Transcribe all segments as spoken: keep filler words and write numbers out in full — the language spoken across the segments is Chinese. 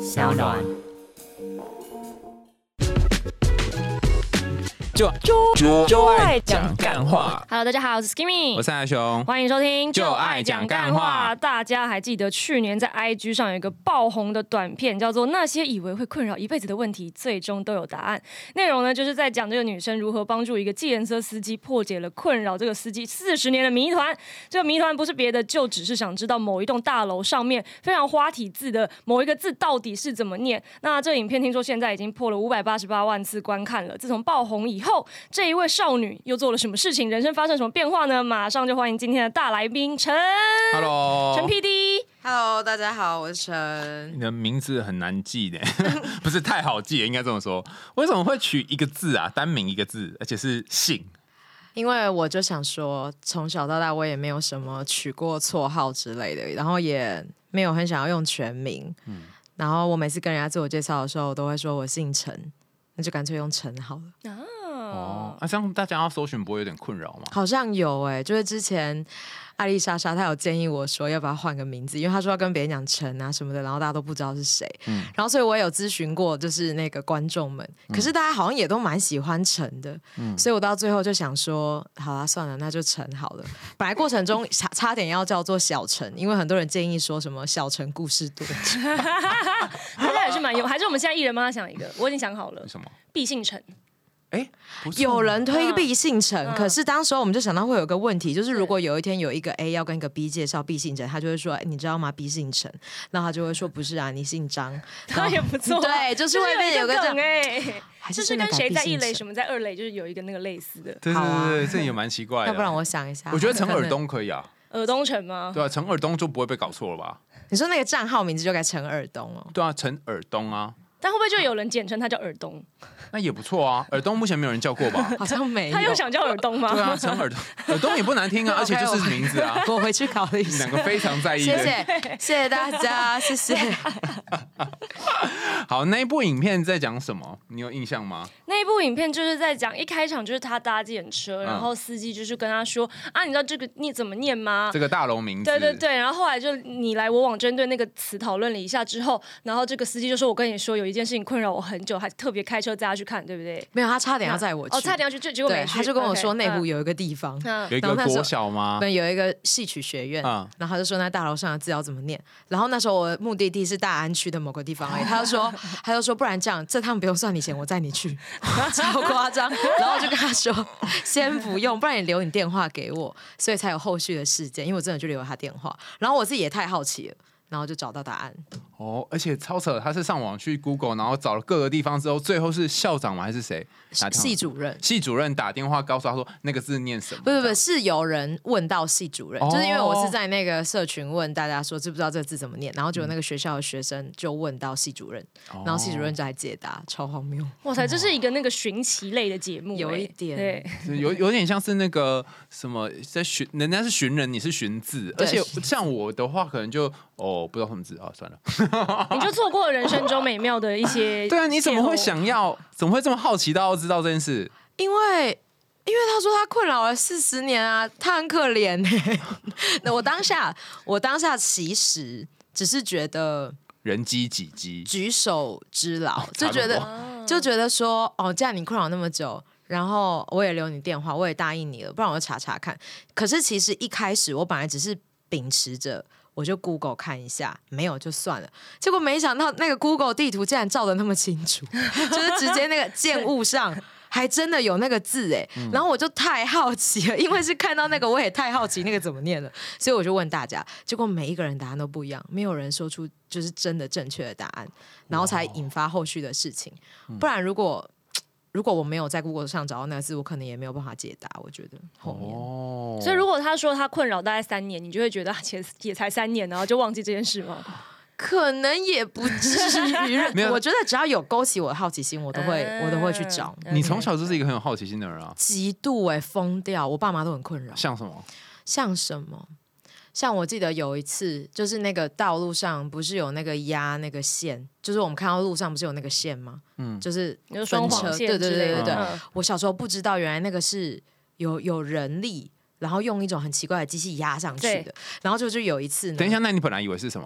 小暖。 就就就爱讲干话。 Hello， 大家好，我是 Skimmy， 我是阿雄， 欢迎收听就爱讲干话。 大家还记得去年在 I G 上有一个爆红的短片，叫做《那些以为会困扰一辈子的问题，最终都有答案》。内容呢，就是在讲这个女生如何帮助一个计程车司机破解了困扰这个司机四十年的谜团。这个谜团不是别的，就只是想知道某一栋大楼上面非常花体字的某一个字到底是怎么念。那这影片听说现在已经破了五百八十八万次观看了。自从爆红以后，这一位少女又做了什么事情？人生发生什么变化呢？马上就欢迎今天的大来宾陈 ，Hello， 陈 P D。Hello， 大家好，我是陈。 你的名字很难记的，不是太好记，应该这么说。为什么会取一个字啊？单名一个字，而且是姓？ 因为我就想说，从小到大我也没有什么取过绰号之类的，然后也没有很想要用全名。嗯，然后我每次跟人家自我介绍的时候，我都会说我姓陈，那就干脆用陈好了。啊哦，啊，这样大家要搜寻不会有点困扰吗？ 好像有哎、欸，就是之前艾丽莎莎她有建议我说要不要换个名字，因为她说要跟别人讲陈啊什么的，然后大家都不知道是谁。嗯，然后所以我也有咨询过，就是那个观众们，可是大家好像也都蛮喜欢陈的，嗯，所以我到最后就想说，好啦，算了，那就陈好了。本来过程中差差点要叫做小陈，因为很多人建议说什么小陈故事多， 大家也是蛮有，还是我们现在一人帮他想一个，我已经想好了， 什么？ 必姓陈。 哎， 有人推必姓陈、嗯，可是当时候我们就想到会有个问题，就是如果有一天有一个 A 要跟一个 B 介绍必姓陈，他就会说：“你知道吗 ？B 姓陈。”然后他就会说：“不是啊，你姓张。” 那也不错， 对，就是会变有个梗哎， 还是是跟谁在一垒，什么在二垒，就是有一个那个类似的。 对对对对，这也蛮奇怪的。 要不然我想一下， 我觉得陈尔东可以啊。 尔东陈吗？ 对啊，陈尔东就不会被搞错了吧？ 你说那个账号名字就该陈尔东哦。 对啊，陈尔东啊。 但会不会就有人简称他叫尔东？ 那也不错啊，尔东目前没有人叫过吧？ 好像没有。 他又想叫尔东吗？ 对啊，陈尔东，尔东也不难听啊，而且就是名字啊。 我回去考虑一下。 两个非常在意的。 谢谢，谢谢大家，谢谢。 好，那一部影片在讲什么？你有印象吗？ 那一部影片就是在讲一开场就是他搭计程车，然后司机就是跟他说、嗯、啊，你知道这个你怎么念吗？ 这个大楼名字。 对对对，然后后来就你来我往针对那个词讨论了一下之后，然后这个司机就说：“我跟你说，有一件事情困扰我很久，还特别开车载他去看，对不对？” 没有，他差点要载我去。 哦，差点要去，结果没去。 他就跟我说，内部 okay, 有一个地方， 嗯、 有一个国小吗？ 对，有一个戏曲学院、嗯。然后他就说那大楼上的字要怎么念。然后那时候我的目的地是大安区的某个地方而已。他就说，他就说不然这样，这趟不用算你钱，我载你去，超夸张。然后我就跟他说，先不用，不然你留你电话给我，所以才有后续的事件。因为我真的就留了他电话，然后我自己也太好奇了。然后就找到答案哦，而且超扯，他是上网去 Google， 然后找了各个地方之后，最后是校长吗？还是谁？ 系主任， 系主任打电话告诉他说那个字念什么？ 不不不，是有人问到系主任、哦，就是因为我是在那个社群问大家说知不知道这个字怎么念，然后就有那个学校的学生就问到系主任，嗯、然后系主任就来解答，超荒谬！ 哇塞，这是一个那个寻奇类的节目、欸， 有一点， 对， 有有点像是那个什么在寻，人家是寻人，你是寻字，而且像我的话，可能就哦不知道什么字啊，算了， 你就错过了人生中美妙的一些。 对啊，你怎么会想要？怎么会这么好奇到要知道这件事？ 因为，因为他说他困扰了四十年啊，他很可怜欸。那我当下，我当下其实只是觉得人饥己饥， 举手之劳，就觉得就觉得说，哦，既然你困扰那么久。然后我也留你电话，我也答应你了，不然我就查查看。可是其实一开始我本来只是秉持着，我就 Google 看一下，没有就算了。结果没想到那个 Google 地图竟然照得那么清楚，就是直接那个建物上还真的有那个字哎、嗯。然后我就太好奇了，因为是看到那个，我也太好奇那个怎么念了，所以我就问大家，结果每一个人答案都不一样，没有人说出就是真的正确的答案，然后才引发后续的事情。不然如果如果我没有在 Google 上找到那个字，我可能也没有办法解答。我觉得后面， 哦、 所以如果他说他困扰大概三年，你就会觉得也也才三年，然后就忘记这件事吗？ 可能也不至于。我觉得只要有勾起我的好奇心，我都会、嗯、我都会去找。 你从小就是一个很有好奇心的人啊， 极度哎、欸，疯掉！我爸妈都很困扰。 像什么？ 像什么？像我记得有一次，就是那个道路上不是有那个压那个线，就是我们看到路上不是有那个线吗？嗯，就是分车，对对对对对对、 嗯。 我小时候不知道，原来那个是有有人力，然后用一种很奇怪的机器压上去的。然后就就有一次呢， 等一下，那你本来以为是什么？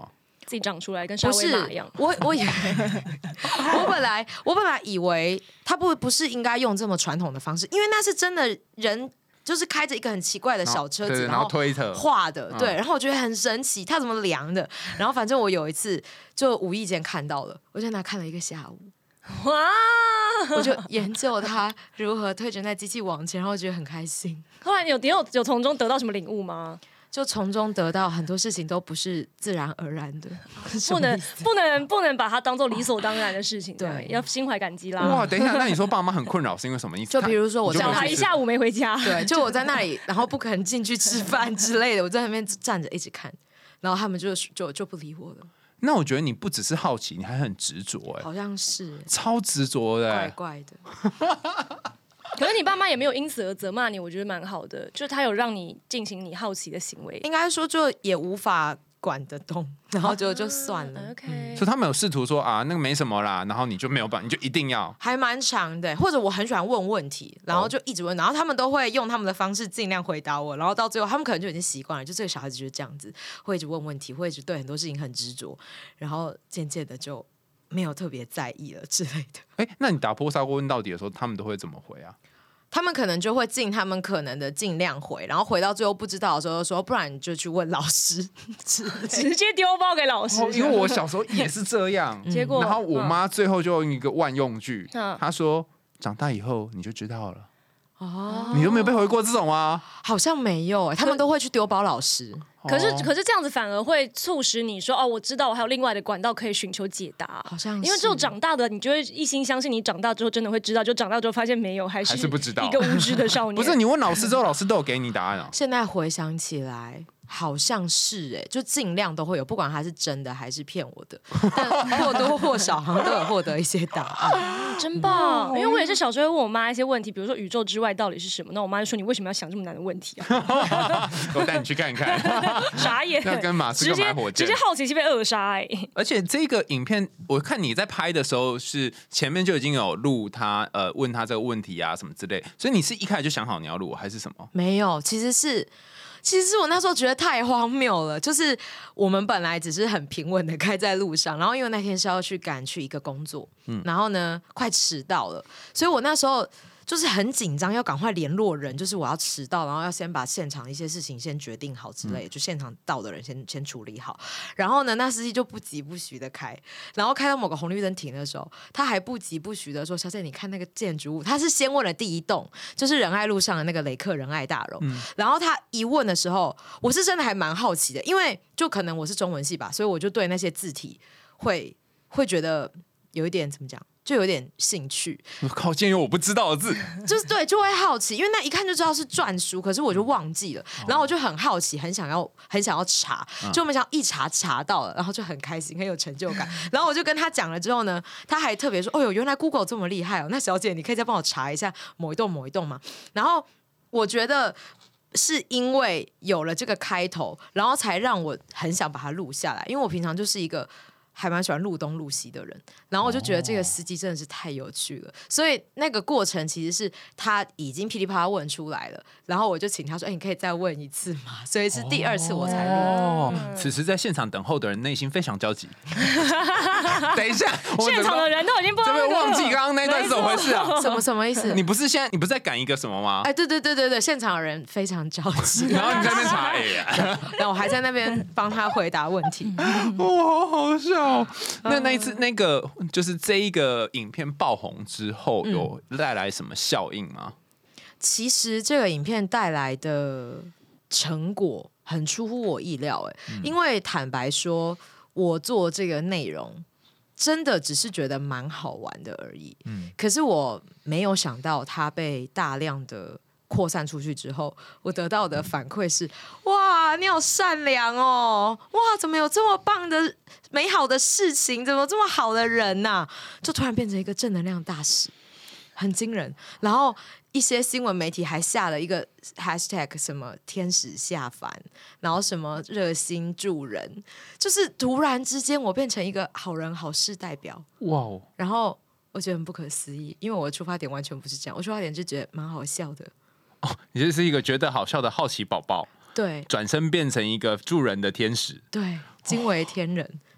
自己长出来，跟沙威玛一样。 我我以为我本来我本来以为他不不是应该用这么传统的方式，因为那是真的人。就是开着一个很奇怪的小车子， 然后推着画的，对，然后我觉得很神奇，它怎么量的？然后反正我有一次就无意间看到了，我就拿看了一个下午，哇！我就研究它如何推着那机器往前，然后我觉得很开心。 后来有有有从中得到什么领悟吗？ 就从中得到很多事情都不是自然而然的， 不能不能不能把它当做理所当然的事情，对，要心怀感激啦。 哇，等一下，那你说爸妈很困扰是因为什么意思？ 就比如说我小孩一下午没回家， 对，就我在那里，然后不肯进去吃饭之类的，我在那边站着一直看，然后他们就就就不理我了。 那我觉得你不只是好奇，你还很执着，哎， 好像是超执着的， 怪怪的。 可是你爸妈也没有因此而责骂你，我觉得蛮好的，就是他有让你进行你好奇的行为。 应该说就也无法管得动，然后就就算了。 啊、OK， 所以他们有试图说啊，那个没什么啦，然后你就没有办，你就一定要， 还蛮长的。或者我很喜欢问问题，然后就一直问，然后他们都会用他们的方式尽量回答我，然后到最后他们可能就已经习惯了，就这个小孩子就是这样子，会一直问问题，会一直对很多事情很执着，然后渐渐的就没有特别在意了之类的。 哎，那你打破砂锅问到底的时候，他们都会怎么回啊？ 他们可能就会尽他们可能的尽量回，然后回到最后不知道的时候说，不然你就去问老师， 直接丢包给老师。 哦、因为我小时候也是这样， 结果然后我妈最后就用一个万用句， 嗯、 她说：“长大以后你就知道了。”哦，你有没有被回过这种啊？ 好像没有、欸，他们都会去丢包老师。 可是，可是这样子反而会促使你说哦，我知道我还有另外的管道可以寻求解答。 好像是， 因为只有长大的，你就会一心相信你长大之后真的会知道，就长大之后发现没有，还是还是不知道一个无知的少年。 不是你问老师之后，老师都有给你答案啊。 现在回想起来。好像是哎、欸，就尽量都会有，不管他是真的还是骗我的，但或多或少好像都有获得一些答案， 真棒！因为我也是小时候问我妈一些问题，比如说宇宙之外到底是什么，那我妈就说你为什么要想这么难的问题啊？ 我带你去看看， 傻眼， 要跟马斯克买火箭， 直接好奇心被扼杀哎！ 而且这个影片，我看你在拍的时候是前面就已经有录他呃问他这个问题啊什么之类，所以你是一开始就想好你要录还是什么？ 没有，其实是。其实我那时候觉得太荒谬了，就是我们本来只是很平稳的开在路上，然后因为那天是要去赶去一个工作，嗯，然后呢快迟到了，所以我那时候就是很紧张，要赶快联络人，就是我要迟到，然后要先把现场一些事情先决定好之类的，嗯、就现场到的人先先处理好。然后呢，那司机就不疾不徐的开，然后开到某个红绿灯停的时候，他还不疾不徐的说：“小姐，你看那个建筑物。”他是先问了第一栋，就是仁爱路上的那个雷克仁爱大楼。嗯、然后他一问的时候，我是真的还蛮好奇的，因为就可能我是中文系吧，所以我就对那些字体会会觉得有一点怎么讲。就有点兴趣， 我靠，竟然有我不知道的字， 就是对，就会好奇，因为那一看就知道是篆书，可是我就忘记了，嗯、然后我就很好奇，很想要，很想要查，就没想到一查查到了，然后就很开心，很有成就感。然后我就跟他讲了之后呢，他还特别说：“哦呦，原来 Google 这么厉害哦，那小姐你可以再帮我查一下某一栋某一栋吗？”然后我觉得。是因为有了这个开头，然后才让我很想把它录下来，因为我平常就是一个还蛮喜欢录东录西的人，然后我就觉得这个司机真的是太有趣了，所以那个过程其实是他已经噼里啪啦问出来了，然后我就请他说：“哎、欸，你可以再问一次嘛？”所以是第二次我才录。 哦，此时在现场等候的人内心非常焦急。等一下， 现场的人都已经不知道这边忘记刚刚那段是怎么回事啊？ 什么什么意思？ 你不是现在你不是在赶一个什么吗？ 哎，对对对对对，现场的人非常焦急， 然后你在那边查哎呀， 然后我还在那边帮他回答问题。 哇，好笑。那那一次那个就是这一个影片爆红之后，有带来什么效应吗？ 其实这个影片带来的成果很出乎我意料，哎、嗯，因为坦白说，我做这个内容真的只是觉得蛮好玩的而已。嗯，可是我没有想到它被大量的扩散出去之后，我得到的反馈是：哇，你好善良哦！哇，怎么有这么棒的、美好的事情？怎么有这么好的人呐、啊？就突然变成一个正能量大使，很惊人。然后一些新闻媒体还下了一个 hashtag 什么天使下凡，然后什么热心助人，就是突然之间我变成一个好人好事代表。哇哦！然后我觉得很不可思议，因为我的出发点完全不是这样，我出发点就觉得蛮好笑的。 哦，你就是一个觉得好笑的好奇宝宝， 对， 转身变成一个助人的天使， 对，惊为天人。哦、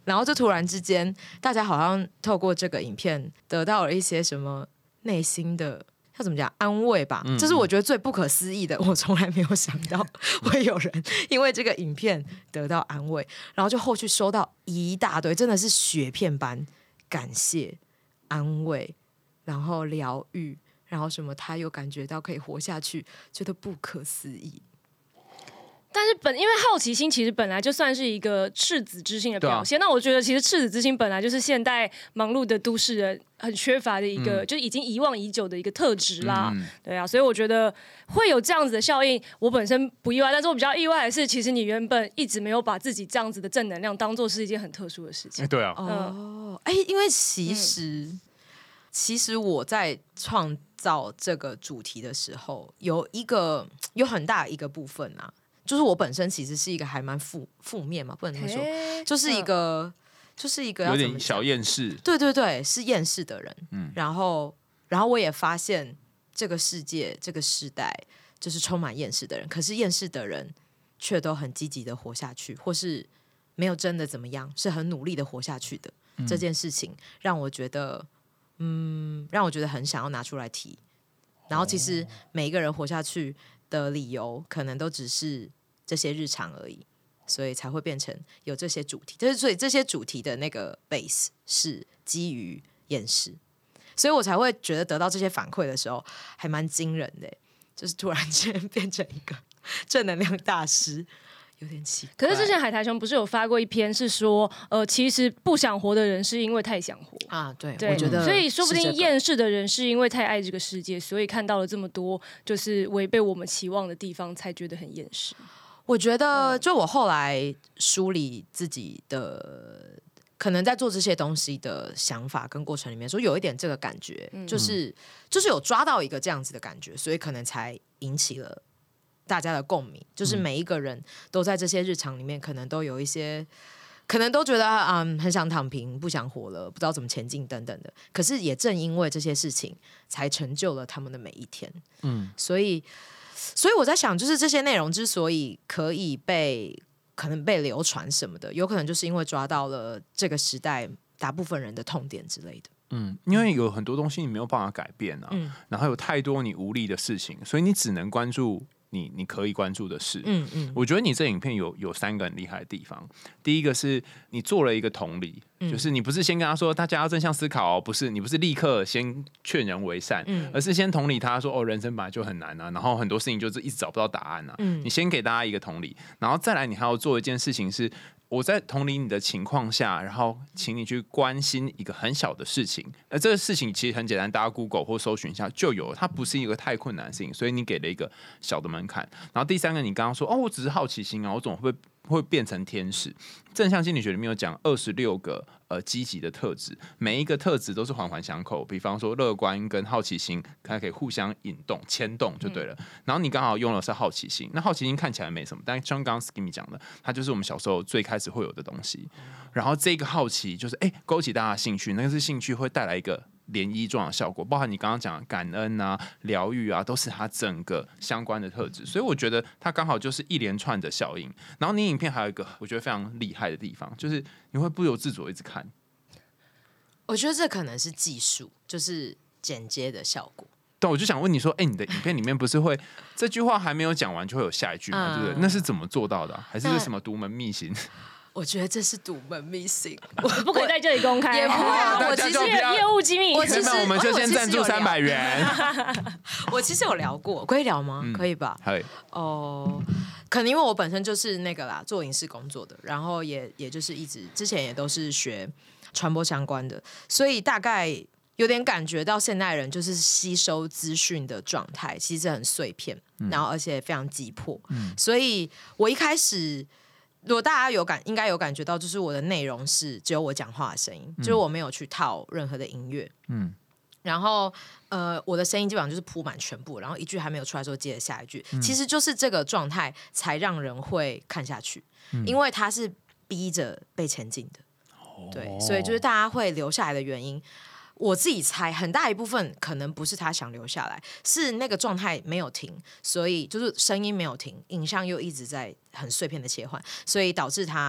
然后就突然之间，大家好像透过这个影片得到了一些什么内心的要怎么讲安慰吧，嗯、这是我觉得最不可思议的，我从来没有想到会有人因为这个影片得到安慰，然后就后续收到一大堆，真的是雪片般感谢、安慰，然后疗愈，然后什么他有感觉到可以活下去，觉得不可思议。 但是本因为好奇心其实本来就算是一个赤子之心的表现，啊、那我觉得其实赤子之心本来就是现代忙碌的都市人很缺乏的一个，嗯、就已经遗忘已久的一个特质啦。嗯、对啊，所以我觉得会有这样子的效应，我本身不意外，但是我比较意外的是，其实你原本一直没有把自己这样子的正能量当做是一件很特殊的事情。 欸、对啊， 哦，哎，因为其实、嗯、其实我在创造这个主题的时候，有一个有很大一个部分啊。就是我本身其实是一个还蛮负负面嘛，不能这么说，就是一个、嗯、就是一个要有点小厌世， 对对对，是厌世的人。嗯，然后然后我也发现这个世界这个时代就是充满厌世的人，可是厌世的人却都很积极的活下去，或是没有真的怎么样，是很努力的活下去的。嗯、这件事情让我觉得，嗯，让我觉得很想要拿出来提。然后其实每一个人活下去的理由，可能都只是这些日常而已，所以才会变成有这些主题。就是所以这些主题的那个 base 是基于厌世，所以我才会觉得得到这些反馈的时候还蛮惊人的，就是突然间变成一个正能量大师，有点奇怪。 可是之前海苔熊不是有发过一篇是说，呃，其实不想活的人是因为太想活啊，对， 对， 我觉得， 所以说不定厌世的人是因为太爱这个世界，所以看到了这么多就是违背我们期望的地方，才觉得很厌世。 我觉得，就我后来梳理自己的，可能在做这些东西的想法跟过程里面，说有一点这个感觉，嗯、就是就是有抓到一个这样子的感觉，所以可能才引起了大家的共鸣。就是每一个人都在这些日常里面，可能都有一些，可能都觉得嗯很想躺平，不想活了，不知道怎么前进等等的。可是也正因为这些事情，才成就了他们的每一天。嗯，所以。所以我在想，就是这些内容之所以可以被可能被流传什么的，有可能就是因为抓到了这个时代大部分人的痛点之类的。 嗯，因为有很多东西你没有办法改变啊，嗯、然后有太多你无力的事情，所以你只能关注你你可以关注的事。嗯嗯，我觉得你这影片有有三个很厉害的地方。第一个是你做了一个同理。嗯、就是你不是先跟他说大家要正向思考哦，不是你不是立刻先劝人为善，嗯、而是先同理他说哦，人生本来就很难啊，然后很多事情就是一直找不到答案啊。嗯、你先给大家一个同理，然后再来你还要做一件事情是。我在同理你的情况下，然后请你去关心一个很小的事情，而这个事情其实很简单，大家 Google 或搜寻一下就有，它不是一个太困难的事情，所以你给了一个小的门槛。然后第三个，你刚刚说哦，我只是好奇心啊，我总会会变成天使。正向心理学里面有讲二十六个呃积极的特质，每一个特质都是环环相扣。比方说乐观跟好奇心，它可以互相引动、牵动就对了。嗯、然后你刚好用的是好奇心，那好奇心看起来没什么，但像刚刚 Skimmy 讲的，它就是我们小时候最开始会有的东西。然后这个好奇就是哎勾起大家的兴趣，那个是兴趣会带来一个涟漪状的效果，包含你刚刚讲的感恩啊、疗愈啊，都是它整个相关的特质。所以我觉得它刚好就是一连串的效应。然后你影片还有一个我觉得非常厉害的地方，就是你会不由自主地一直看。 我觉得这可能是技术，就是剪接的效果。 对，我就想问你说，哎、欸，你的影片里面不是会这句话还没有讲完就会有下一句吗？嗯、对不对？那是怎么做到的、啊？还是有什么独门秘辛？ 我觉得这是独门秘辛， 我不可以在这里公开， 也不会啊。我其实业务机密， 我其实我们就先赞助三百元。 我其实有聊过，可以聊吗？嗯、可以吧？ 可以。 哦，可能因为我本身就是那个啦，做影视工作的，然后也也就是一直之前也都是学传播相关的，所以大概有点感觉到现代人就是吸收资讯的状态，其实很碎片，嗯、然后而且非常急迫。嗯、所以我一开始。如果大家有感，应该有感觉到，就是我的内容是只有我讲话的声音，嗯、就是我没有去套任何的音乐，嗯，然后呃，我的声音基本上就是铺满全部，然后一句还没有出来之后接着下一句，嗯、其实就是这个状态才让人会看下去，嗯、因为它是逼着被前进的，哦、对，所以就是大家会留下来的原因。我自己猜很大一部分可能不是他想留下来，是那个状态没有停，所以就是声音没有停，影像又一直在很碎片的切换，所以导致他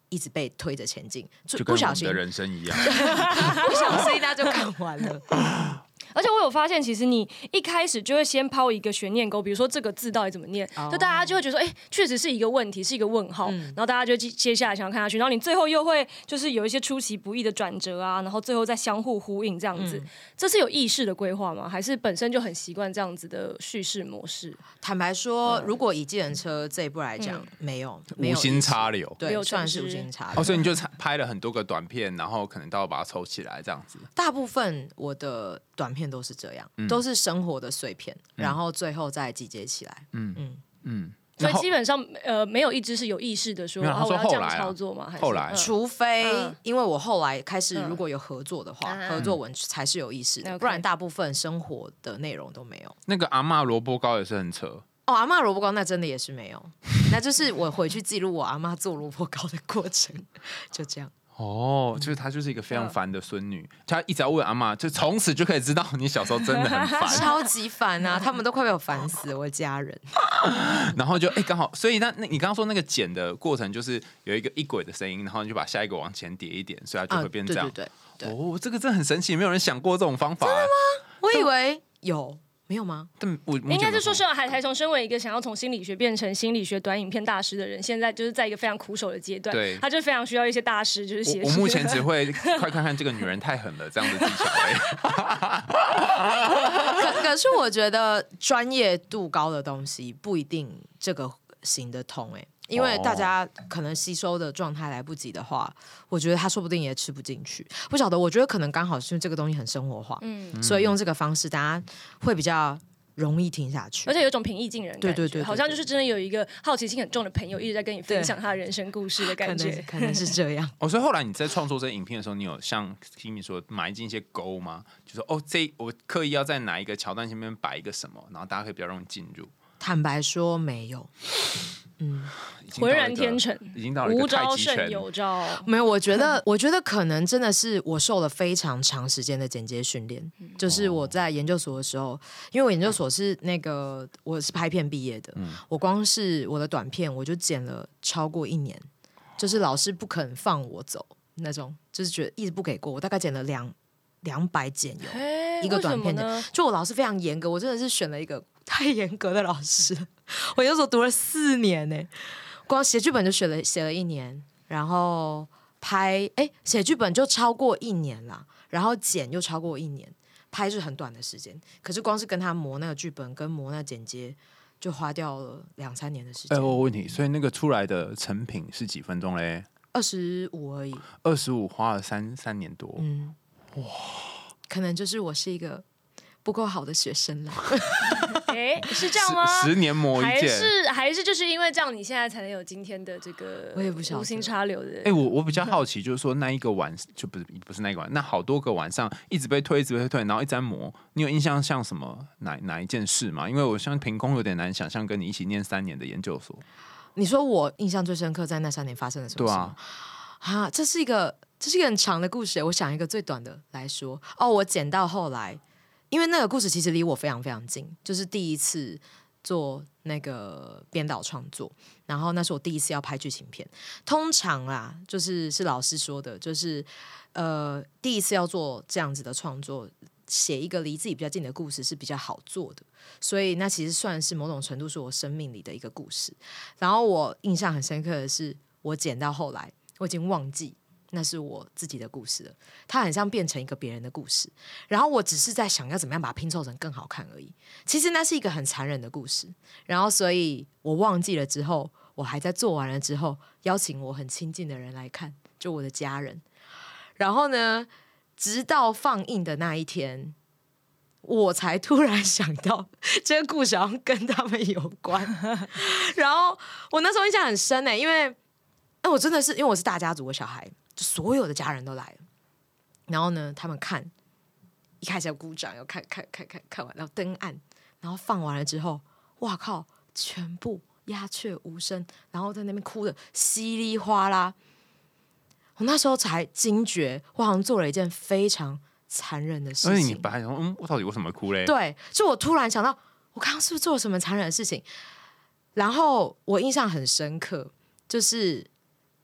一直被推着前进， 就跟我们的人生一样， 不小心大家就看完了。 而且我有发现，其实你一开始就会先抛一个悬念钩，比如说这个字到底怎么念， oh. 就大家就会觉得说，哎、欸，确实是一个问题，是一个问号，嗯、然后大家就接下来想要看下去，然后你最后又会就是有一些出其不意的转折啊，然后最后再相互呼应这样子，嗯、这是有意识的规划吗？还是本身就很习惯这样子的叙事模式？ 坦白说，嗯、如果以计程车这一部来讲，嗯、没有，没有无心插柳， 对，算是无心插柳。 哦，所以你就拍了很多个短片，然后可能都要把它凑起来这样子。 大部分我的短片都是这样。嗯、都是生活的碎片，嗯、然后最后再集结起来。嗯嗯嗯，所以基本上呃没有一支是有意识的说， 啊、 我要这样操作吗？还是后来， 除非、嗯、因为我后来开始如果有合作的话，嗯、合作文才是有意识的，嗯、不然大部分生活的内容都没有。 那个阿嬷萝卜糕也是很扯。 哦，阿嬷萝卜糕那真的也是没有，那就是我回去记录我阿嬷做萝卜糕的过程，就这样。 哦，就是她就是一个非常烦的孙女，她一直要问阿嬷，就从此就可以知道你小时候真的很烦， 超级烦啊！他们都快被我烦死了，我的家人。 然后就哎，刚好，所以那那你刚刚说那个剪的过程，就是有一个一轨的声音，然后你就把下一个往前叠一点，所以它就会变这样。 啊、对对对对。 哦，这个真的很神奇，没有人想过这种方法。 真的吗？我以为有。没有吗？ 但我应该是说，海苔熊身为一个想要从心理学变成心理学短影片大师的人，现在就是在一个非常苦手的阶段。对，他就非常需要一些大师，就是写。 我目前只会快看看这个女人太狠了这样的技巧而已。 可可是我觉得专业度高的东西不一定这个行得通哎、欸。因为大家可能吸收的状态来不及的话，我觉得他说不定也吃不进去。不晓得，我觉得可能刚好是这个东西很生活化，嗯，所以用这个方式，大家会比较容易听下去， 而且有一种平易近人的感觉， 对对 对, 对, 对, 对， 好像就是真的有一个好奇心很重的朋友一直在跟你分享他的人生故事的感觉， 可能, 可能是这样。 哦，所以后来你在创作这影片的时候，你有像 Kimi 说埋进一些钩吗？就说哦，这我刻意要在哪一个桥段前面摆一个什么，然后大家可以比较容易进入。 坦白说，没有。 嗯，浑然天成， 已经到了一个太极拳， 无招胜有招。 没有，我觉得，我觉得可能真的是我受了非常长时间的剪接训练。嗯、就是我在研究所的时候，因为我研究所是那个我是拍片毕业的，嗯、我光是我的短片我就剪了超过一年，就是老师不肯放我走那种，就是觉得一直不给过。我大概剪了两两百剪有一个短片剪，就我老师非常严格，我真的是选了一个太严格的老师。我有时候读了四年呢、欸，光写剧本就写了写了一年，然后拍哎写剧本就超过一年啦，然后剪又超过一年，拍是很短的时间，可是光是跟他磨那个剧本跟磨那剪接，就花掉了两三年的时间。 哎、欸，我问题，所以那个出来的成品是几分钟嘞？ 二十五而已。 二十五花了三三年多，嗯， 哇，可能就是我是一个不够好的学生了。 哎，是这样吗？ 十, 十年磨一剑， 还是还是就是因为这样，你现在才能有今天的这个我也不晓得无心插柳的。 哎、欸，我我比较好奇，就是说那一个晚就不是不是那一个晚，那好多个晚上一直被推，一直被推，然后一直在磨。你有印象像什么哪哪一件事吗？因为我像凭空有点难想象跟你一起念三年的研究所。 你说我印象最深刻在那三年发生了什么事？对啊，啊，这是一个这是一个很长的故事。我想一个最短的来说。哦，我剪到后来。因为那个故事其实离我非常非常近，就是第一次做那个编导创作，然后那是我第一次要拍剧情片。通常啦，就是是老师说的，就是呃第一次要做这样子的创作，写一个离自己比较近的故事是比较好做的，所以那其实算是某种程度是我生命里的一个故事。然后我印象很深刻的是，我剪到后来我已经忘记那是我自己的故事了，它很像变成一个别人的故事，然后我只是在想要怎么样把它拼凑成更好看而已。其实那是一个很残忍的故事，然后所以我忘记了之后，我还在做完了之后邀请我很亲近的人来看，就我的家人。然后呢，直到放映的那一天，我才突然想到这个故事好像跟他们有关。然后我那时候印象很深呢、欸，因为哎，我真的是因为我是大家族的小孩。所有的家人都来了，然后呢，他们看，一开始要鼓掌，要看看看看看完，然后灯暗，然后放完了之后，哇靠，全部鸦雀无声，然后在那边哭的稀里哗啦。我那时候才惊觉，我好像做了一件非常残忍的事情。 所以你本来想说，嗯，我到底为什么会哭嘞？ 对，就我突然想到，我刚刚是不是做了什么残忍的事情？然后我印象很深刻，就是。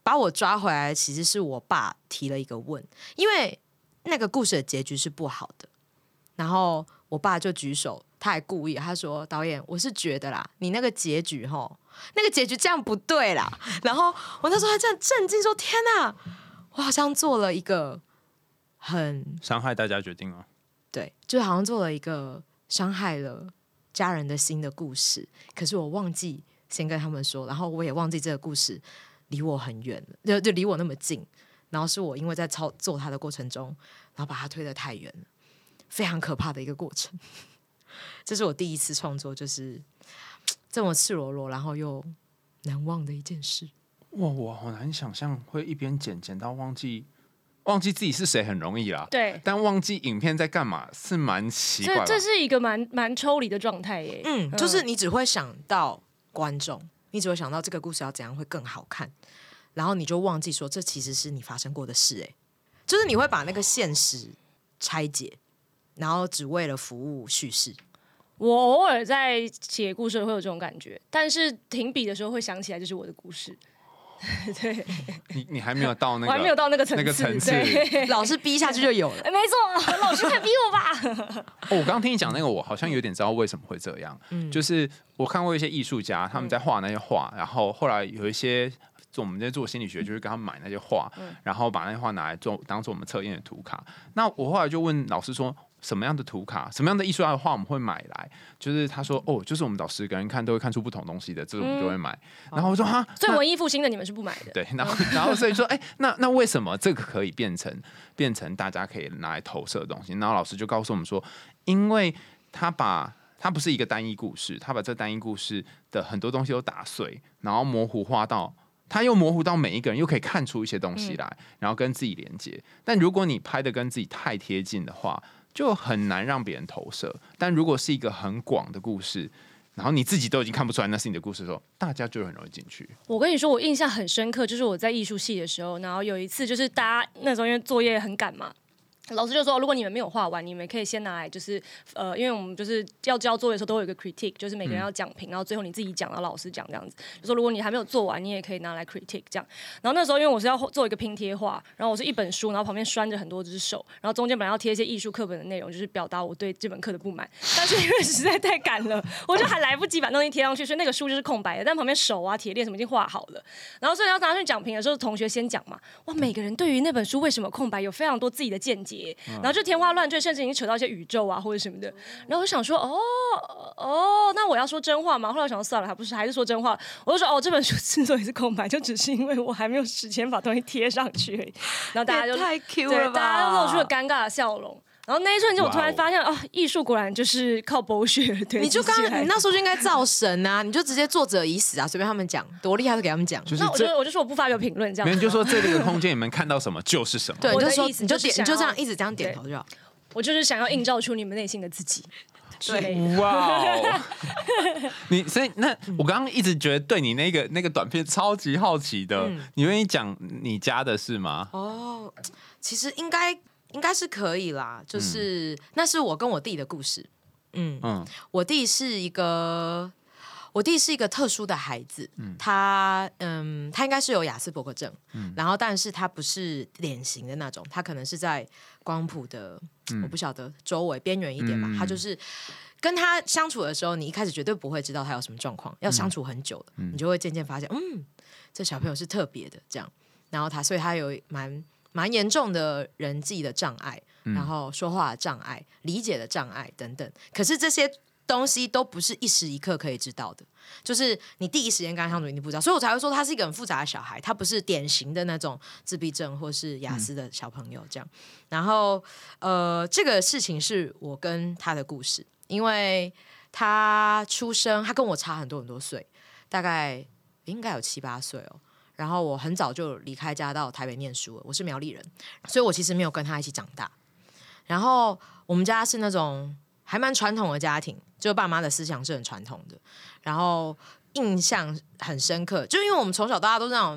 把我抓回来，其实是我爸提了一个问，因为那个故事的结局是不好的，然后我爸就举手，他还故意他说：“导演，我是觉得啦，你那个结局吼，那个结局这样不对啦。”然后我那时候还这样震惊说：“天哪，我好像做了一个很伤害大家决定吗？” 对，就好像做了一个伤害了家人的心的故事，可是我忘记先跟他们说，然后我也忘记这个故事离我很远了，就就离我那么近，然后是我因为在操做它的过程中，然后把它推得太远了，非常可怕的一个过程。这是我第一次创作，就是这么赤裸裸，然后又难忘的一件事。 哇，我好难想象会一边剪剪到忘记。忘记自己是谁很容易啦， 对， 但忘记影片在干嘛是蛮奇怪的。 这这是一个蛮蛮抽离的状态耶。 嗯，就是你只会想到观众，你只会想到这个故事要怎样会更好看，然后你就忘记说这其实是你发生过的事。哎，就是你会把那个现实拆解，然后只为了服务叙事。 我偶尔在写故事会有这种感觉，但是停笔的时候会想起来这是我的故事。对， 你你还没有到那个， 我还没有到那个层次， 那个层次， 老师逼下去就有了。 没错，老师快逼我吧。 哦，我刚刚听你讲那个，我好像有点知道为什么会这样。嗯，就是我看过一些艺术家，他们在画那些画，然后后来有一些做我们在做心理学，就是跟他们买那些画，嗯、然后把那些画拿来做当做我们测验的图卡。那我后来就问老师说，什么样的图卡，什么样的艺术家的画我们会买来？就是他说，哦，就是我们导师个人看都会看出不同东西的，这个我们就会买。嗯、然后我说哈， 所以文艺复兴的你们是不买的。 对，然后然后所以说，哎、欸，那那为什么这个可以变成变成大家可以拿来投射的东西？然后老师就告诉我们说，因为他把它不是一个单一故事，他把这单一故事的很多东西都打碎，然后模糊化到。他又模糊到每一个人，又可以看出一些东西来，嗯、然后跟自己连接。但如果你拍的跟自己太贴近的话，就很难让别人投射。但如果是一个很广的故事，然后你自己都已经看不出来那是你的故事的时候，大家就很容易进去。 我跟你说，我印象很深刻，就是我在艺术系的时候，然后有一次就是大家那时候因为作业很赶嘛。老师就说，如果你们没有画完，你们可以先拿来，就是呃，因为我们就是要交作业的时候都有一个 critique， 就是每个人要讲评，然后最后你自己讲，然后老师讲这样子。就说如果你还没有做完，你也可以拿来 critique 这样。然后那时候因为我是要做一个拼贴画，然后我是一本书，然后旁边拴着很多只手，然后中间本来要贴一些艺术课本的内容，就是表达我对这本课的不满。但是因为实在太赶了，我就还来不及把东西贴上去，所以那个书就是空白的，但旁边手啊、铁链什么已经画好了。然后所以要拿去讲评的时候，同学先讲嘛，哇，每个人对于那本书为什么空白有非常多自己的见解，然后就天花乱坠，甚至已经扯到一些宇宙啊或者什么的。然后我就想说，哦哦，那我要说真话吗？后来我想说算了，还不是还是说真话。我就说，哦，这本书之所以是空白，就只是因为我还没有时间把东西贴上去而已。然后大家就太 Q 了吧， 大家都露出了尴尬的笑容。然后那一瞬间，我突然发现，哦，艺术果然就是靠bullshit对。 你就刚你那时候就应该造神啊，你就直接作者已死啊，随便他们讲，多厉害都给他们讲。 就是那我就我就说我不发表评论这样。 没有，就说这里的空间你们看到什么就是什么。 对，你就说你就点， 你就这样一直这样点头就好。 我就是想要映照出你们内心的自己。 对， 哇哦！你所以那我刚刚一直觉得对你那个那个短片超级好奇的，嗯、你愿意讲你家的事吗？ 哦，其实应该应该是可以啦，就是、嗯、那是我跟我弟的故事。嗯嗯，我弟是一个。我弟是一个特殊的孩子，嗯、他嗯，他应该是有亚斯伯格症，嗯、然后但是他不是典型的那种，他可能是在光谱的，嗯、我不晓得周围边缘一点吧，嗯、他就是跟他相处的时候，你一开始绝对不会知道他有什么状况，要相处很久了，嗯、你就会渐渐发现，嗯，这小朋友是特别的这样，然后他所以他有蛮蛮严重的人际的障碍，嗯、然后说话的障碍、理解的障碍等等，可是这些东西都不是一时一刻可以知道的，就是你第一时间跟他相处你不知道，所以我才会说他是一个很复杂的小孩，他不是典型的那种自闭症或是亚斯的小朋友这样。嗯、然后呃，这个事情是我跟他的故事，因为他出生他跟我差很多很多岁，大概应该有七八岁哦。然后我很早就离开家到台北念书了，我是苗栗人，所以我其实没有跟他一起长大。然后我们家是那种还蛮传统的家庭，就爸妈的思想是很传统的，然后印象很深刻，就因为我们从小到大都是那种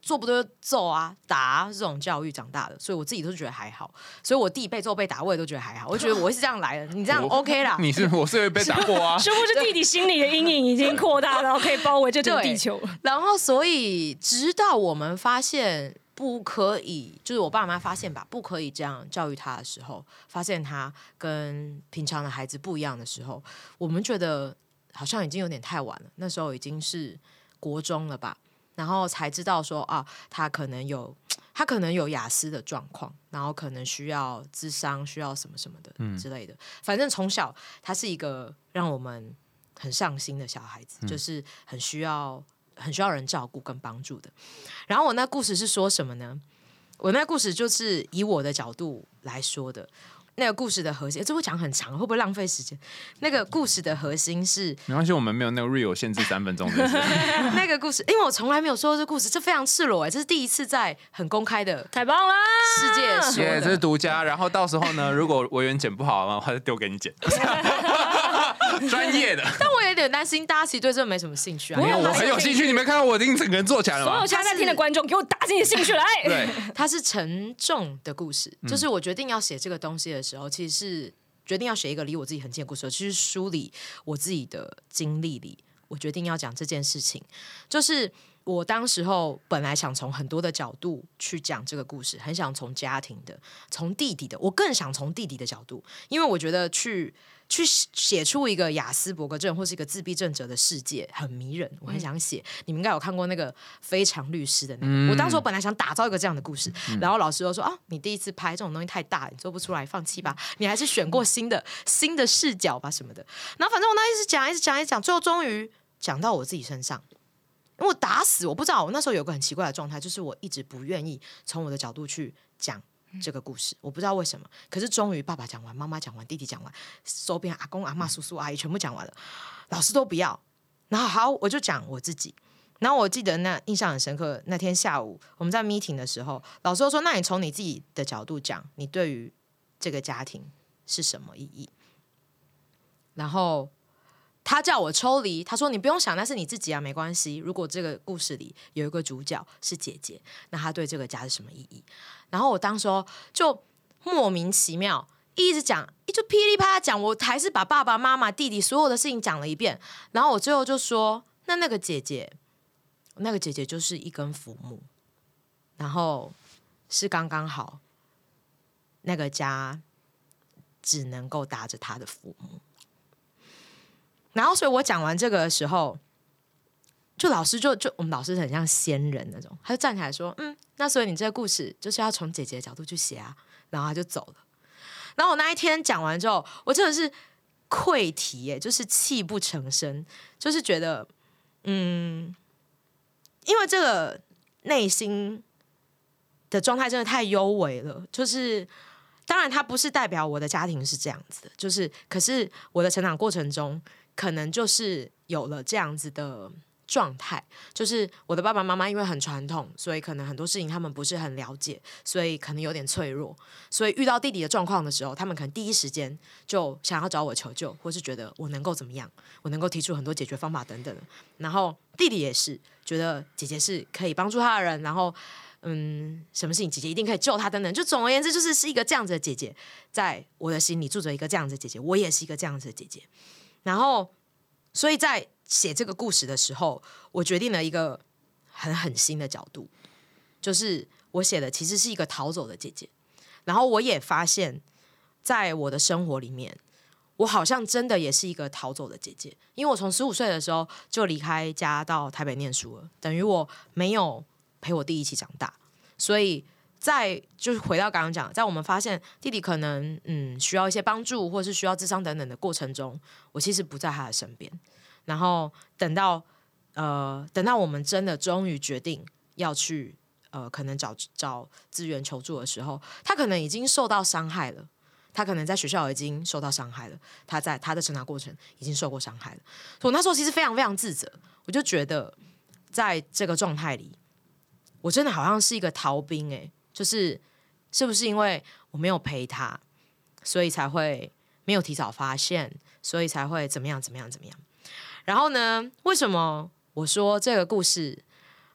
做不对就揍啊打啊这种教育长大的，所以我自己都觉得还好。所以我弟被揍被打，我也都觉得还好。我觉得我是这样来的，你这样 OK 啦。 你是我是会被打过啊。 殊不知弟弟心里的阴影已经扩大到可以包围这整个地球。 然后，所以直到我们发现不可以，就是我爸妈发现吧，不可以这样教育他的时候，发现他跟平常的孩子不一样的时候，我们觉得好像已经有点太晚了。那时候已经是国中了吧，然后才知道说啊，他可能有他可能有雅思的状况，然后可能需要諮商，需要什么什么的之类的。嗯、反正从小他是一个让我们很上心的小孩子，嗯、就是很需要。很需要人照顾跟帮助的。然后我那故事是说什么呢？我那故事就是以我的角度来说的。那个故事的核心，这会讲很长，会不会浪费时间？那个故事的核心是， 没关系，我们没有那个 real 限制三分钟的。 那个故事，因为我从来没有说过这故事，这非常赤裸哎，这是第一次在很公开的， 太棒了， 世界说的， 这是独家。然后到时候呢，如果委员剪不好的话，就丢给你剪。专业的， 但我有点担心，大家其实对这个没什么兴趣啊。 没有，我很有兴趣。你们看到我已经整个人做起来了吗？ 所有现在在听的观众，给我打起你的兴趣来。 对， 它是沉重的故事，就是我决定要写这个东西的时候，其实是决定要写一个离我自己很近的故事，其实梳理我自己的经历里，我决定要讲这件事情，就是我当时候本来想从很多的角度去讲这个故事，很想从家庭的，从弟弟的，我更想从弟弟的角度，因为我觉得去。去写出一个亚斯伯格症或是一个自闭症者的世界很迷人，我很想写。嗯、你们应该有看过那个《非常律师》的那个，嗯、我当时我本来想打造一个这样的故事，嗯、然后老师又说啊，你第一次拍这种东西太大，你做不出来，放弃吧，你还是选过新的新的视角吧什么的。然后反正我那一直讲一直讲一直讲，最后终于讲到我自己身上。因为我打死我不知道，我那时候有个很奇怪的状态，就是我一直不愿意从我的角度去讲。这个故事我不知道为什么，可是终于爸爸讲完，妈妈讲完，弟弟讲完，周边阿公阿嬷叔叔阿姨全部讲完了，老师都不要，然后好我就讲我自己。然后我记得那印象很深刻，那天下午我们在 meeting 的时候，老师就说那你从你自己的角度讲，你对于这个家庭是什么意义？然后他叫我抽离，他说你不用想，那是你自己啊，没关系。如果这个故事里有一个主角是姐姐，那他对这个家是什么意义？然后我当时就莫名其妙一直讲，就噼里啪啦讲，我还是把爸爸妈妈弟弟所有的事情讲了一遍。然后我最后就说，那那个姐姐，那个姐姐就是一根浮木，然后是刚刚好，那个家只能够搭着她的浮木。然后，所以我讲完这个的时候，就老师就就我们老师很像仙人那种，他就站起来说：“嗯，那所以你这个故事就是要从姐姐的角度去写啊。”然后他就走了。然后我那一天讲完之后，我真的是溃堤耶，就是泣不成声，就是觉得，嗯，因为这个内心的状态真的太幽微了，就是。当然，它不是代表我的家庭是这样子的，就是可是我的成长过程中，可能就是有了这样子的状态，就是我的爸爸妈妈因为很传统，所以可能很多事情他们不是很了解，所以可能有点脆弱，所以遇到弟弟的状况的时候，他们可能第一时间就想要找我求救，或是觉得我能够怎么样，我能够提出很多解决方法等等。然后弟弟也是觉得姐姐是可以帮助他的人，然后。嗯，什么事情姐姐一定可以救他等等，就总而言之，就是是一个这样子的姐姐，在我的心里住着一个这样子的姐姐，我也是一个这样子的姐姐。然后，所以在写这个故事的时候，我决定了一个很狠心的角度，就是我写的其实是一个逃走的姐姐。然后我也发现，在我的生活里面，我好像真的也是一个逃走的姐姐，因为我从十五岁的时候就离开家到台北念书了，等于我没有。陪我弟一起长大，所以在就是回到刚刚讲，在我们发现弟弟可能嗯需要一些帮助，或是需要諮商等等的过程中，我其实不在他的身边。然后等到呃等到我们真的终于决定要去呃可能找找资源求助的时候，他可能已经受到伤害了，他可能在学校已经受到伤害了，他在他的成长过程已经受过伤害了。所以我那时候其实非常非常自责，我就觉得在这个状态里。我真的好像是一个逃兵哎、欸，就是是不是因为我没有陪他，所以才会没有提早发现，所以才会怎么样怎么样怎么样。然后呢，为什么我说这个故事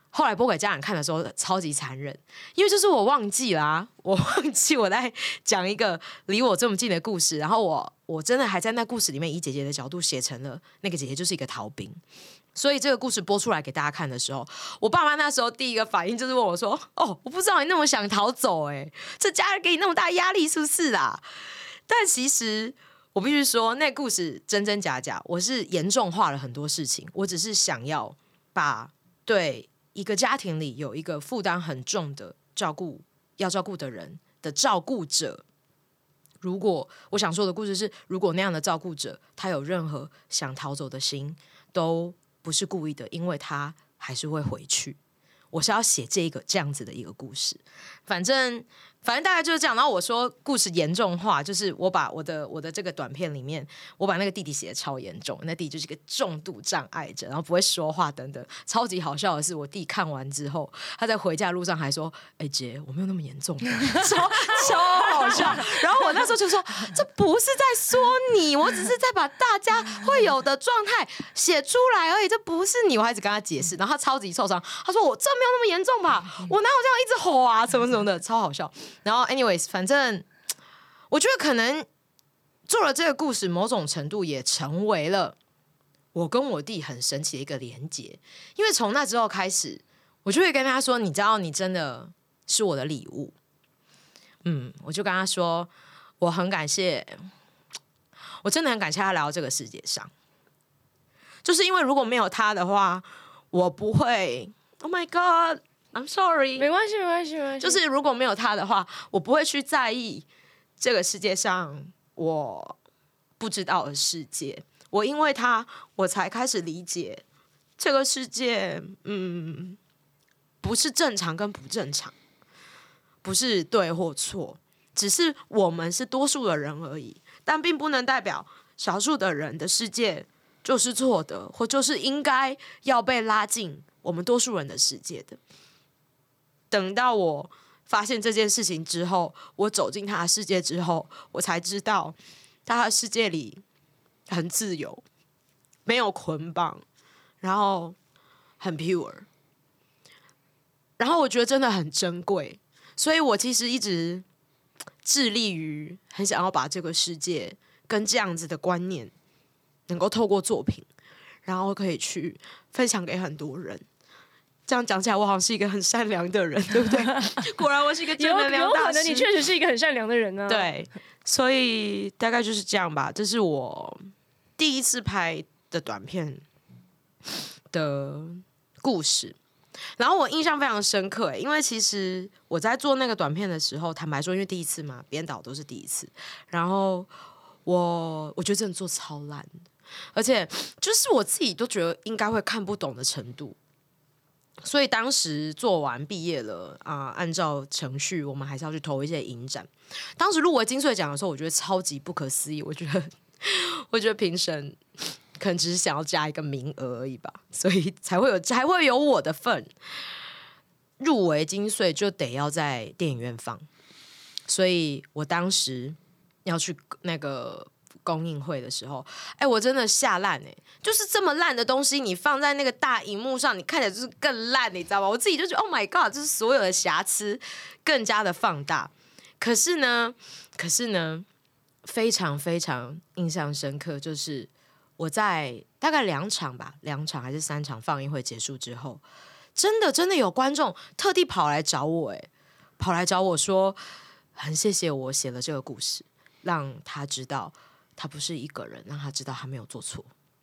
后来播给家人看的时候超级残忍，因为就是我忘记啦、啊，我忘记我在讲一个离我这么近的故事，然后我我真的还在那故事里面以姐姐的角度写成了那个姐姐就是一个逃兵。所以这个故事播出来给大家看的时候，我爸妈那时候第一个反应就是问我说：“哦，我不知道你那么想逃走、欸，哎，这家人给你那么大压力是不是啦？”但其实我必须说，那故事真真假假，我是严重化了很多事情。我只是想要把对一个家庭里有一个负担很重的照顾要照顾的人的照顾者，如果我想说的故事是，如果那样的照顾者他有任何想逃走的心，都不是故意的，因为他还是会回去。我是要写这一个这样子的一个故事，反正反正大概就是这样。然后我说故事严重化，就是我把我的我的这个短片里面，我把那个弟弟写的超严重，那弟弟就是一个重度障碍者，然后不会说话等等。超级好笑的是，我弟看完之后，他在回家路上还说：“哎、欸、姐，我没有那么严重。”超超好笑。然后我那时候就说：“这不是在说你，我只是在把大家会有的状态写出来而已，这不是你。”我还一直跟他解释，然后他超级受伤，他说：“我这没有那么严重吧？我哪有这样一直吼啊，什么什么的，超好笑。”然后 anyways 反正我觉得可能做了这个故事某种程度也成为了我跟我弟很神奇的一个连结，因为从那之后开始我就会跟他说，你知道你真的是我的礼物。嗯，我就跟他说我很感谢，我真的很感谢他来到这个世界上，就是因为如果没有他的话，我不会 Oh my God I'm sorry 没关系没关系没关系， 就是如果没有他的话，我不会去在意这个世界上我不知道的世界。我因为他，我才开始理解这个世界，嗯，不是正常跟不正常，不是对或错，只是我们是多数的人而已，但并不能代表少数的人的世界就是错的，或就是应该要被拉进我们多数人的世界的。等到我发现这件事情之后，我走进他的世界之后，我才知道他的世界里很自由，没有捆绑，然后很 pure， 然后我觉得真的很珍贵，所以我其实一直致力于很想要把这个世界跟这样子的观念能够透过作品，然后可以去分享给很多人。这样讲起来，我好像是一个很善良的人，对不对？果然我是一个正能量大师。 有可能你确实是一个很善良的人呢、啊。 对，所以大概就是这样吧。这是我第一次拍的短片的故事，然后我印象非常深刻，因为其实我在做那个短片的时候，坦白说，因为第一次嘛，编导都是第一次，然后我我觉得真的做超烂的，而且就是我自己都觉得应该会看不懂的程度。所以当时做完毕业了啊、呃，按照程序，我们还是要去投一些影展。当时入围金穗奖的时候，我觉得超级不可思议。我觉得，我觉得评审可能只是想要加一个名额而已吧，所以才会有才会有我的份。入围金穗就得要在电影院放，所以我当时要去那个公映会的时候，哎、欸，我真的吓烂哎！就是这么烂的东西，你放在那个大荧幕上，你看起来就是更烂，你知道吗？我自己就觉得 ，Oh my God， 就是所有的瑕疵更加的放大。可是呢，可是呢，非常非常印象深刻，就是我在大概两场吧，两场还是三场放映会结束之后，真的真的有观众特地跑来找我，哎，跑来找我说，很谢谢我写了这个故事，让他知道。他不是一个人，让他知道他没有做错，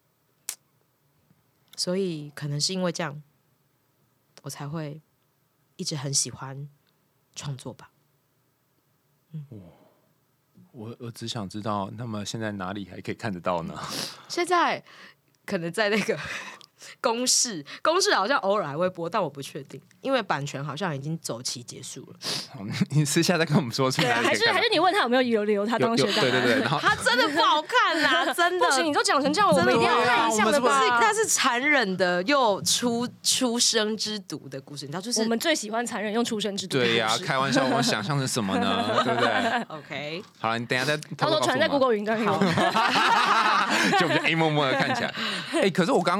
所以可能是因为这样，我才会一直很喜欢创作吧。 嗯，我我只想知道，那么现在哪里还可以看得到呢？ 现在可能在那个公视，公视好像偶尔还会播，但我不确定，因为版权好像已经走期结束了。 你私下再跟我们说出来， 还是还是你问他有没有留留他当学长？ 对对对，然后他真的不好看啦，真的不行，你都讲成这样，我们一定要看一下的吧？ 它是残忍的又出出生之毒的故事，你知道，就是我们最喜欢残忍用出生之毒。 对呀、啊，开玩笑，我想象是什么呢？对不对 ？OK， 好了，你等一下再到时候传在 Google 云端。 就比较 A 默默的看起来。哎、欸，可是我刚刚有一件事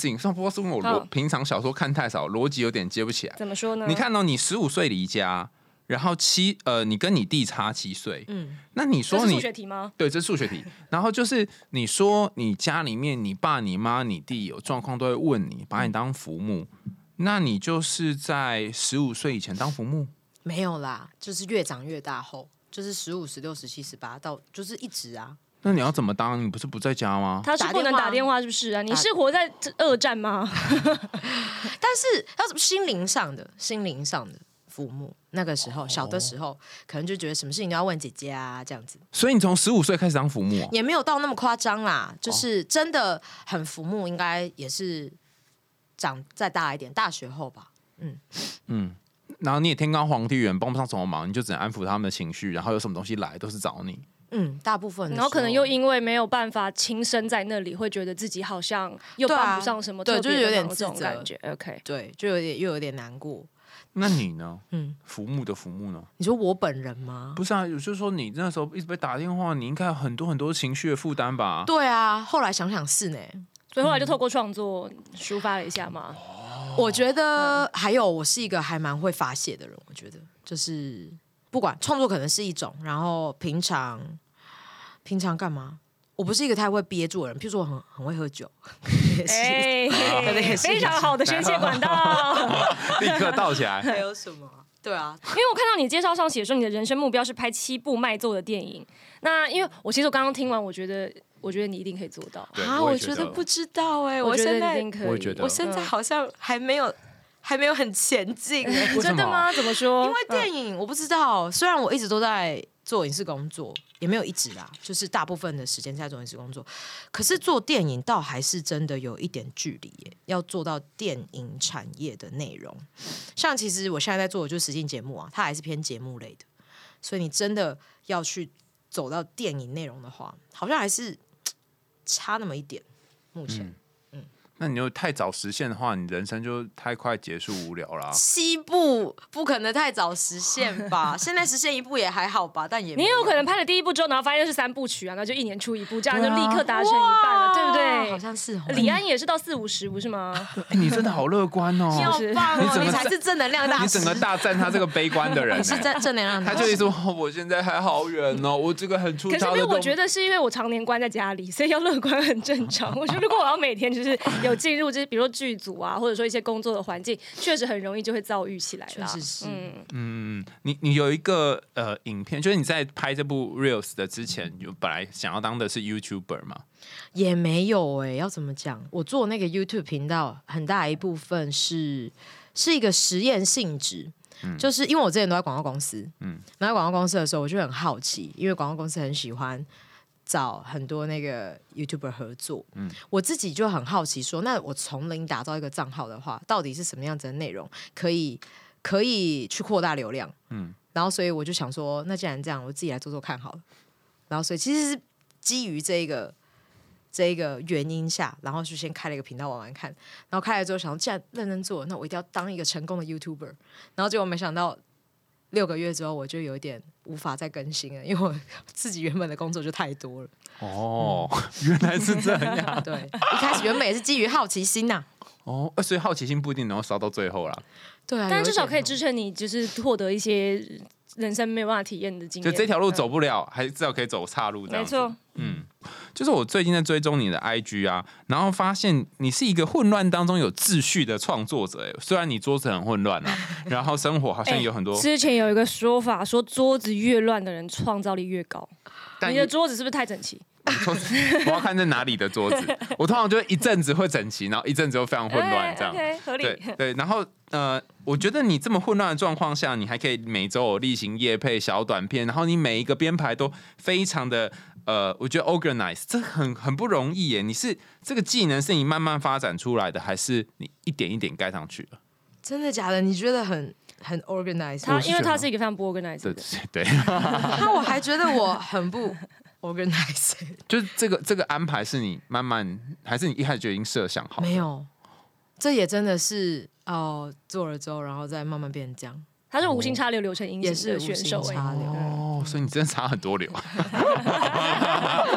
事情，不知道是因为我平常小说看太少，逻辑有点接不起来。 怎么说呢？ 你看到、哦、你十五岁离家，然后七呃，你跟你弟差七岁，嗯，那你说你这是数学题吗？ 对，这是数学题。然后就是你说你家里面你爸、你妈、你弟有状况都会问你，把你当浮木，嗯、那你就是在十五岁以前当浮木？ 没有啦，就是越长越大后，就是十五、十六、十七、十八到就是一直啊。 那你要怎么当？你不是不在家吗？ 他是不能打电话，是不是啊？你是活在二战吗？ 但是要什么心灵上的、心灵上的父母，那个时候、哦、小的时候，可能就觉得什么事情都要问姐姐啊，这样子。 所以你从十五岁开始当父母、哦， 也没有到那么夸张啦，就是真的很父母，应该也是长再大一点，大学后吧。嗯嗯，然后你也天刚皇帝远，帮不上什么忙，你就只能安抚他们的情绪，然后有什么东西来都是找你。 嗯，大部分的时候， 然后可能又因为没有办法亲身在那里，会觉得自己好像又帮不上什么特别的， 对，就是有点这种感觉。OK， 对，就有点又有点难过。 那你呢？嗯，浮木的浮木呢？ 你说我本人吗？ 不是啊，就是说你那时候一直被打电话，你应该有很多很多情绪的负担吧？ 对啊，后来想想是呢， 所以后来就透过创作抒发了一下嘛。 哦、我觉得还有，我是一个还蛮会发泄的人。我觉得就是不管创作可能是一种，然后平常。平常干嘛？我不是一个太会憋住的人，譬如说我很很会喝酒， 哎、欸，非常好的宣泄管道， 立刻倒起来。 还有什么？对啊， 因为我看到你介绍上写说你的人生目标是拍七部卖座的电影。那因为我其实我刚刚听完，我觉得我觉得你一定可以做到啊！我觉得不知道哎、欸， 我现在我觉得我现在好像还没有。还没有很前进、欸， 真的吗？怎么说？ 因为电影、嗯、我不知道，虽然我一直都在做影视工作，也没有一直啦，就是大部分的时间在做影视工作，可是做电影倒还是真的有一点距离耶，要做到电影产业的内容。像其实我现在在做的就是实境节目啊，它还是偏节目类的，所以你真的要去走到电影内容的话，好像还是差那么一点。目前。嗯那你又太早实现的话，你人生就太快结束无聊啦。 七部不可能太早实现吧？现在实现一部也还好吧，但也你也有可能拍了第一部之后，然后发现是三部曲啊，那就一年出一部，这样就立刻达成一半了，对不对？ 好像是。 李安也是到四五十，不是吗？ 欸、你真的好乐观哦！ 你好棒哦！你才是正能量大师。 你整个大赞他这个悲观的人、欸， 你是正正能量大师。 他就一直说，我现在还好远哦，我这个很出。 可是因为我觉得是因为我常年关在家里，所以要乐观很正常。我觉得如果我要每天就是有进入，就是比如说剧组啊，或者说一些工作的环境，确实很容易就会躁郁起来啦。 确实是。 嗯嗯，你你有一个呃影片，就是你在拍这部 Reels 的之前，有本来想要当的是 YouTuber 吗？ 也没有哎、欸，要怎么讲？我做那个 YouTube 频道，很大一部分是是一个实验性质。嗯、就是因为我之前都在广告公司，嗯，然后在广告公司的时候，我就很好奇，因为广告公司很喜欢找很多那个 YouTuber 合作，嗯，我自己就很好奇说，那我从零打造一个账号的话，到底是什么样子的内容可以可以去扩大流量，嗯，然后所以我就想说，那既然这样，我自己来做做看好了。然后所以其实是基于这个这一个原因下，然后就先开了一个频道玩玩看，然后开了之后想说，既然认真做，那我一定要当一个成功的 YouTuber。然后结果没想到六个月之后，我就有点无法再更新了，因为我自己原本的工作就太多了。 哦，嗯、原来是这样。 对，一开始原本也是基于好奇心呐、啊。 哦，所以好奇心不一定能够烧到最后啦。 对啊， 但至少可以支撑你，就是获得一些人生没有办法体验的经验。 就这条路走不了，还至少可以走岔路这样子。 没错， 嗯，就是我最近在追踪你的 I G 啊，然后发现你是一个混乱当中有秩序的创作者。哎，虽然你桌子很混乱啊，然后生活好像有很多。 之前有一个说法说，桌子越乱的人创造力越高。你的桌子是不是太整齐？ 我要看在哪里的桌子，我通常就一阵子会整齐，然后一阵子又非常混乱，这样。 欸、okay, 合理。 对对，然后呃，我觉得你这么混乱的状况下，你还可以每周有例行业配小短片，然后你每一个编排都非常的呃，我觉得 organize， 这很很不容易耶。你是这个技能是你慢慢发展出来的，还是你一点一点盖上去的？ 真的假的？你觉得很很 organize？ 他因为他是一个非常不 organize 的， 对。 那我还觉得我很不。organize 就是这个这个安排是你慢慢，还是你一开始就已經設想好？ 没有，这也真的是哦、呃，做了之后，然后再慢慢变成这样。 他是无心插柳柳成荫型的选手， 插柳哦，所以你真的插很多柳。 到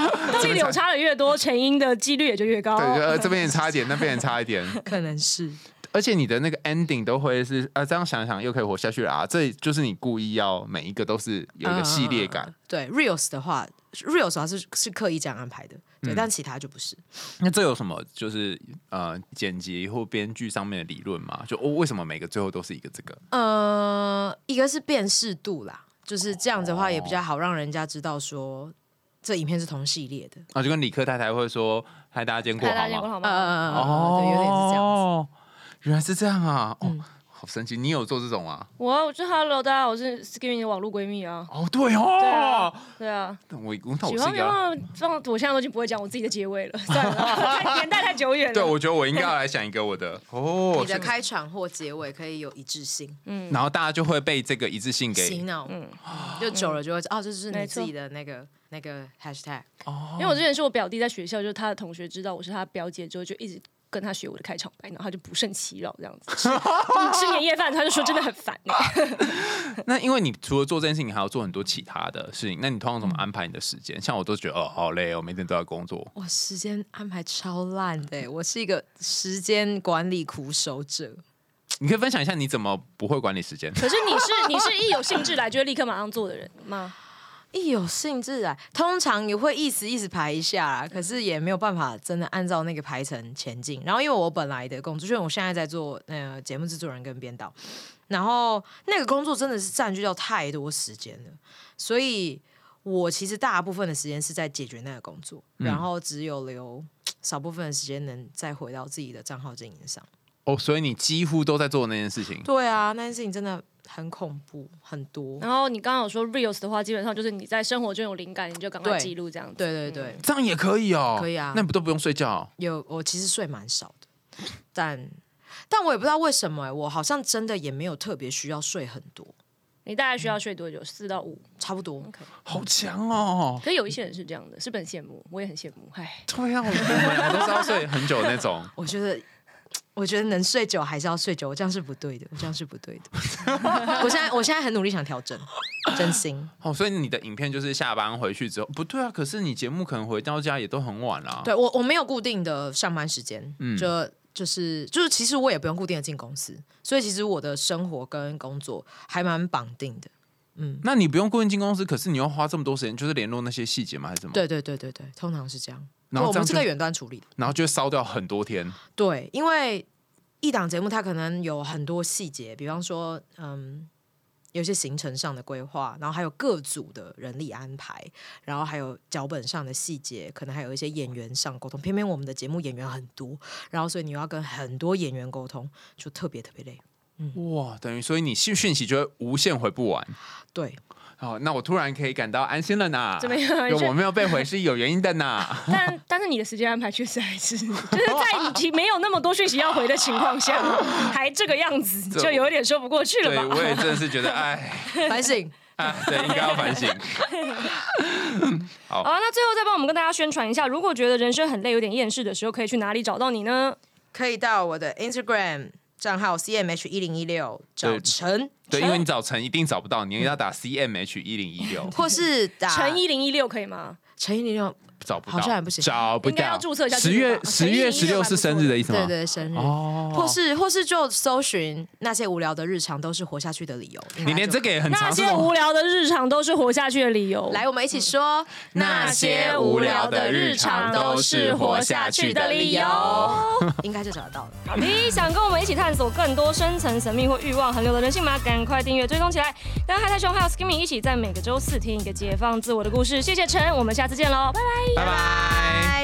力流差的越多，成因的几率也就越高。 对，这边也差一点，那边也差一点， 可能是。 而且你的那个 ending 都会是啊，这样想想又可以活下去了啊！这就是你故意要每一个都是有一个系列感。嗯、 对 ，reels 的话 ，reels 它是是刻意这样安排的，对，嗯、但其他就不是。 那这有什么就是呃剪辑或编剧上面的理论吗？就、哦、为什么每个最后都是一个这个？ 呃，一个是辨识度啦，就是这样子的话也比较好让人家知道说这影片是同系列的。 啊，就跟理科太太会说“嗨，大家见过好吗？” 嗯哦，对，有点是这样子。 原来是这样啊！哦，嗯、好神奇！你有做这种啊？ 我我就 Hello 大家，我是 Skimming 的网络闺蜜啊。 哦，对哦， 对啊，对啊。 我我喜欢用，我现在都已经不会讲我自己的结尾了，算了，年代太久远了。 对，我觉得我应该要来想一个我的哦， 你的开场或结尾可以有一致性， 嗯，然后大家就会被这个一致性给洗脑，嗯，就久了就会哦，这是你自己的那个那个 hashtag。 哦，因为我之前是我表弟在学校，就是他的同学知道我是他表姐之后，就一直跟他学我的开场白，然后他就不胜其扰这样子。吃, 吃年夜饭，他就说真的很烦、欸。 那因为你除了做这件事情，你还要做很多其他的事情，那你通常怎么安排你的时间？像我都觉得哦，好累哦，每天都要工作。 我时间安排超烂的，我是一个时间管理苦手者。 你可以分享一下你怎么不会管理时间？ 可是你是你是一有兴致来就会立刻马上做的人吗？ 一有兴致来，通常也会意思意思排一下啦，可是也没有办法真的按照那个排程前进。然后因为我本来的工作，就是我现在在做呃节目制作人跟编导，然后那个工作真的是占据到太多时间了，所以我其实大部分的时间是在解决那个工作，嗯、然后只有留少部分的时间能再回到自己的账号经营上。 哦，所以你几乎都在做那件事情。 对啊，那件事情真的很恐怖，很多。 然后你刚刚有说 reels 的话，基本上就是你在生活中有灵感，你就赶快记录这样子。 对对对， 这样也可以哦。 可以啊， 那你不都不用睡觉？ 有，我其实睡蛮少的，但但我也不知道为什么、欸，我好像真的也没有特别需要睡很多。 你大概需要睡多久？四到五， 差不多。 Okay. 好强哦！ 可是有一些人是这样的，是不是很羡慕？我也很羡慕。哎， 对啊，我们都是要睡很久那种。 我觉得。我觉得能睡久还是要睡久，我这样是不对的，我这样是不对的。我现在我现在很努力想调整，真心。 哦，所以你的影片就是下班回去之后，不对啊？可是你节目可能回到家也都很晚啦。 对我我没有固定的上班时间，嗯，就就是就是，其实我也不用固定的进公司，所以其实我的生活跟工作还蛮绑定的。嗯， 那你不用固定进公司，可是你要花这么多时间，就是联络那些细节吗？还是什么？ 对对对对对，通常是这样。然后我们是个远端处理的， 然后就会烧掉很多天。 对，因为一档节目它可能有很多细节，比方说，嗯，有些行程上的规划，然后还有各组的人力安排，然后还有脚本上的细节，可能还有一些演员上沟通。偏偏我们的节目演员很多，然后所以你要跟很多演员沟通，就特别特别累。 嗯、哇，等于所以你讯讯息就会无限回不完。 对。 哦，那我突然可以感到安心了呢。 怎么样？ 我没有被回是有原因的呢。 但但是你的时间安排确实还是，就是在你没有那么多讯息要回的情况下，还这个样子，就有点说不过去了吧？ 对，我也真的是觉得，哎， 反省啊，对，应该要反省。好， 好，那最后再帮我们跟大家宣传一下，如果觉得人生很累、有点厌世的时候，可以去哪里找到你呢？ 可以到我的 Instagram 账号 C M H 一零一六找陈。 对，因为你找陈一定找不到，你要打 C M H 一零一六， 或是打陈一零一六可以吗？ 陈一零六找不到， 好像也不行， 找不到， 应该要注册一下。 十月十月十六是生日的意思吗？ 对对，生日。哦，或是或是就搜寻那些无聊的日常都是活下去的理由。 你连这个也很常。 那些无聊的日常都是活下去的理由。 来，我们一起说， 那些无聊的日常都是活下去的理由。 应该就找得到了。 好的，想跟我们一起探索更多深层神秘或欲望横流的人性吗？赶快订阅追踪起来，跟嗨太兄还有 Skimming 一起在每个周四听一个解放自我的故事。谢谢陈，我们下次见喽，拜拜， 拜拜。